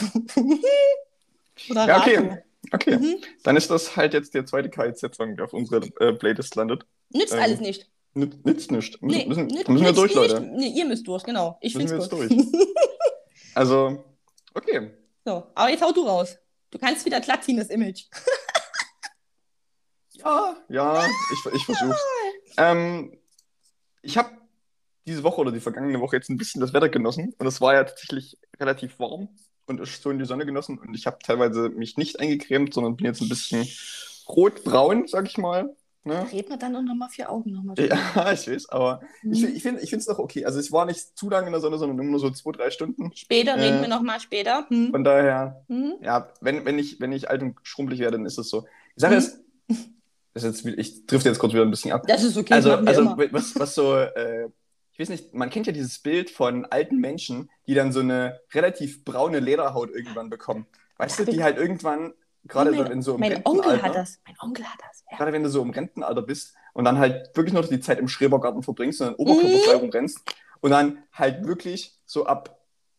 Oder ja, Radio. Okay. Dann ist das halt jetzt der zweite KIZ-Song, der auf unserer Playlist landet. Nützt alles nicht. Nützt nicht. Müssen wir nützt durch, Leute. Nee, ihr müsst durch, genau. Ich finde es gut. Also, okay. So, aber jetzt hau du raus. Du kannst wieder glatt ziehen, das Image. Ja, ich versuch's. Ich habe diese Woche oder die vergangene Woche jetzt ein bisschen das Wetter genossen und es war ja tatsächlich relativ warm und ich so in die Sonne genossen und ich habe teilweise mich nicht eingecremt, sondern bin jetzt ein bisschen rotbraun, sag ich mal. Ne? Reden wir dann auch nochmal 4 Augen nochmal. Ja, ich weiß, aber ich finde es noch okay. Also es war nicht zu lange in der Sonne, sondern nur so 2-3 Stunden. Später reden wir nochmal später. Von daher, ja, wenn ich alt und schrumpelig werde, dann ist es so. Die Sache ist, ich drifte jetzt kurz wieder ein bisschen ab. Das ist okay, also immer. was so, ich weiß nicht, man kennt ja dieses Bild von alten Menschen, die dann so eine relativ braune Lederhaut irgendwann bekommen. Weißt du, die halt irgendwann, gerade wenn so im Rentenalter... Mein Onkel hat das. Ja. Gerade wenn du so im Rentenalter bist und dann halt wirklich noch die Zeit im Schrebergarten verbringst und dann Oberkörperfrei rumrennst und dann halt wirklich so ab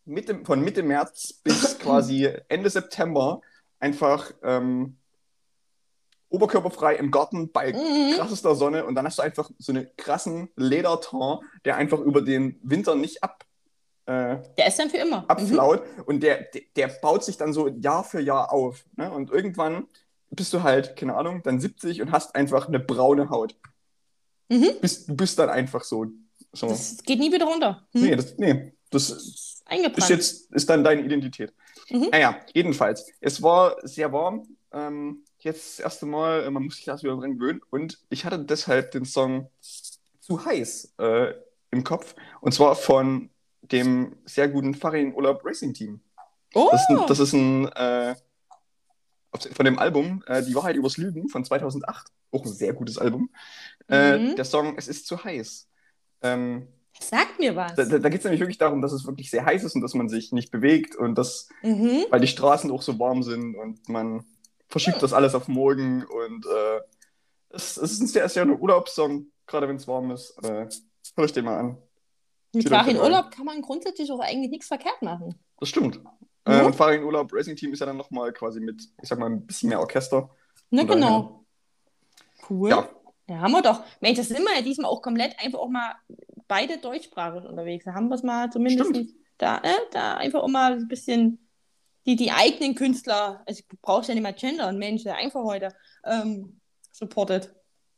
von Mitte März bis quasi Ende September einfach oberkörperfrei im Garten bei krassester Sonne und dann hast du einfach so einen krassen Lederton, der einfach über den Winter nicht Der ist dann für immer. abflaut und der baut sich dann so Jahr für Jahr auf. Ne? Und irgendwann bist du halt, keine Ahnung, dann 70 und hast einfach eine braune Haut. Du bist dann einfach so. Das geht nie wieder runter. Das ist Eingebrannt. ist dann deine Identität. Naja, jedenfalls. Es war sehr warm. Jetzt das erste Mal, man muss sich das wieder dran gewöhnen. Und ich hatte deshalb den Song Zu heiß im Kopf. Und zwar von dem sehr guten Farin Urlaub Racing Team. Oh! Das ist ein von dem Album Die Wahrheit übers Lügen von 2008. Auch ein sehr gutes Album. Der Song Es ist zu heiß. Sag mir was. Da geht es nämlich wirklich darum, dass es wirklich sehr heiß ist und dass man sich nicht bewegt und dass, weil die Straßen auch so warm sind und man verschiebt das alles auf morgen und es ist ein sehr, sehr Urlaubssong, gerade wenn es warm ist. Hör euch den mal an. Mit Farin Urlaub kann man grundsätzlich auch eigentlich nichts verkehrt machen. Das stimmt. Und Farin Urlaub Racing Team ist ja dann nochmal quasi mit, ich sag mal, ein bisschen mehr Orchester. Na genau. Cool. Ja. Da haben wir doch. Mensch, das sind wir ja diesmal auch komplett einfach auch mal beide deutschsprachig unterwegs. Da haben wir es mal zumindest da einfach auch mal ein bisschen die eigenen Künstler, also du brauchst ja nicht mal gendern, Mensch, der einfach heute supportet.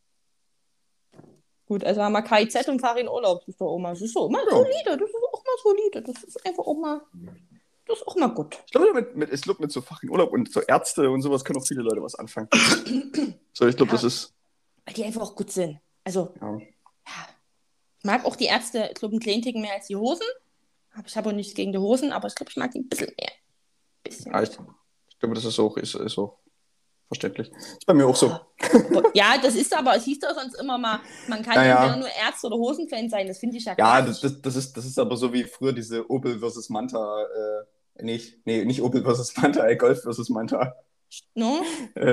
Gut, also haben wir KIZ und Farin Urlaub. Das ist doch auch mal, solide. Das ist auch mal solide. Das ist einfach auch mal, das ist auch mal gut. Ich glaube, mit so Farin Urlaub und so Ärzte und sowas können auch viele Leute was anfangen. So, ich glaube, das ist... Weil die einfach auch gut sind. Also, ich mag auch die Ärzte, ich glaube, einen kleinen Ticken mehr als die Hosen. Ich habe auch nichts gegen die Hosen, aber ich glaube, ich mag die ein bisschen mehr. Ich glaube, das ist auch verständlich. Ist bei mir auch so. Ja, das ist aber, es hieß doch sonst immer mal, man kann entweder nur Ärzte- oder Hosenfan sein, das finde ich ja Ja, Quatsch. das ist aber so wie früher diese Opel versus Manta, nicht Opel versus Manta, Golf versus Manta. No?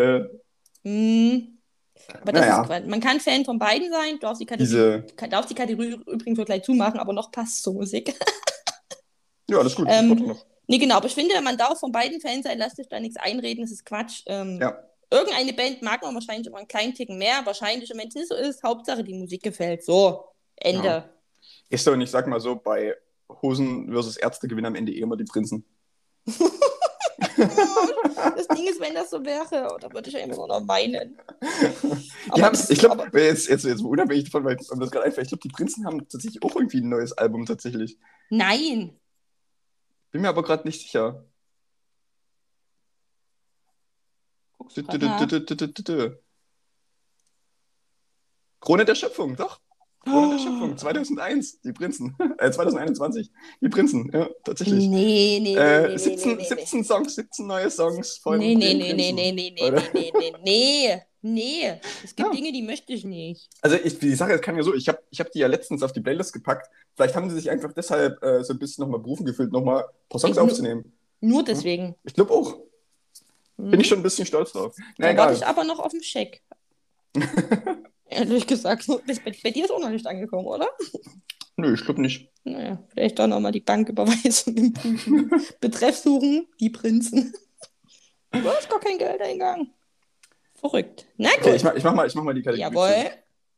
Aber das ist Quatsch. Man kann Fan von beiden sein, du darfst die Kategorie übrigens so gleich zumachen, aber noch passt zur Musik. Ja, das ist gut. Nee, genau, aber ich finde, man darf von beiden Fans sein, lasst euch da nichts einreden, das ist Quatsch. Irgendeine Band mag man wahrscheinlich immer einen kleinen Ticken mehr, wahrscheinlich, wenn es nicht so ist, Hauptsache die Musik gefällt. So, Ende. Ja. Ist doch, und ich sag mal so, bei Hosen versus Ärzte gewinnen am Ende immer die Prinzen. Das Ding ist, wenn das so wäre, da würde ich ja immer nur noch weinen. Ich glaube, jetzt unabhängig davon, weil das gerade einfach, ich glaube, die Prinzen haben tatsächlich auch irgendwie ein neues Album tatsächlich. Nein. Bin mir aber gerade nicht sicher. Krone der Schöpfung, doch. Krone der Schöpfung, 2001, die Prinzen. 2021, die Prinzen, ja, tatsächlich. Nee. 17 Songs, 17 neue Songs von Nee. Es gibt Dinge, die möchte ich nicht. Also die Sache ist, kann ja so, ich hab die ja letztens auf die Playlist gepackt. Vielleicht haben sie sich einfach deshalb so ein bisschen nochmal berufen gefühlt, nochmal ein paar Songs aufzunehmen. Nur deswegen. Ich glaube auch. Bin ich schon ein bisschen stolz drauf. Da warte ich aber noch auf den Scheck. Ehrlich gesagt, bei dir ist auch noch nicht angekommen, oder? Nö, ich glaube nicht. Naja, vielleicht doch nochmal die Banküberweisung im Prüfen. Betreff suchen, die Prinzen. Du hast gar kein Geld eingegangen. Verrückt. Na gut. Okay, ich mach mal die Kategorie. Jawohl.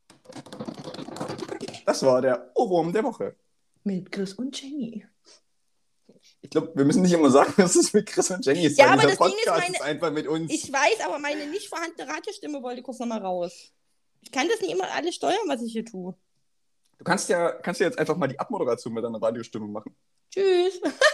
Das war der Ohrwurm der Woche. Mit Chris und Jenny. Ich glaube, wir müssen nicht immer sagen, dass es mit Chris und Jenny ist. Ja, aber dieser das Podcast Ding ist einfach mit uns. Ich weiß, aber meine nicht vorhandene Radiostimme wollte kurz nochmal raus. Ich kann das nicht immer alles steuern, was ich hier tue. Du kannst ja jetzt einfach mal die Abmoderation mit deiner Radiostimme machen. Tschüss.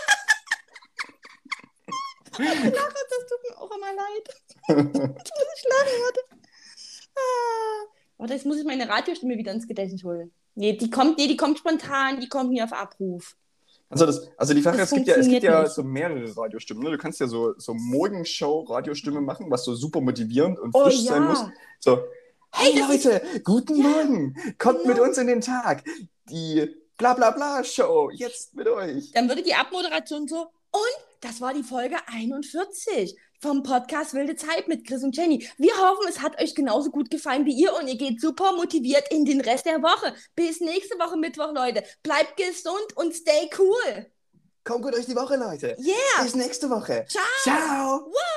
Ich lache, das tut mir auch immer leid. Jetzt muss ich lachen, warte. Warte, jetzt muss ich meine Radiostimme wieder ins Gedächtnis holen. Nee, die kommt spontan, die kommt nie auf Abruf. Also die Sache, es gibt ja so mehrere Radiostimmen. Ne? Du kannst ja so Morgenshow-Radiostimme machen, was so super motivierend und frisch sein muss. So, hey Leute, guten Morgen, kommt mit uns in den Tag. Die Blablabla-Show, jetzt mit euch. Dann würde die Abmoderation so, und das war die Folge 41 vom Podcast Wilde Zeit mit Chris und Jenny. Wir hoffen, es hat euch genauso gut gefallen wie ihr und ihr geht super motiviert in den Rest der Woche. Bis nächste Woche Mittwoch, Leute. Bleibt gesund und stay cool. Kommt gut durch die Woche, Leute. Yeah. Bis nächste Woche. Ciao. Ciao. Wow.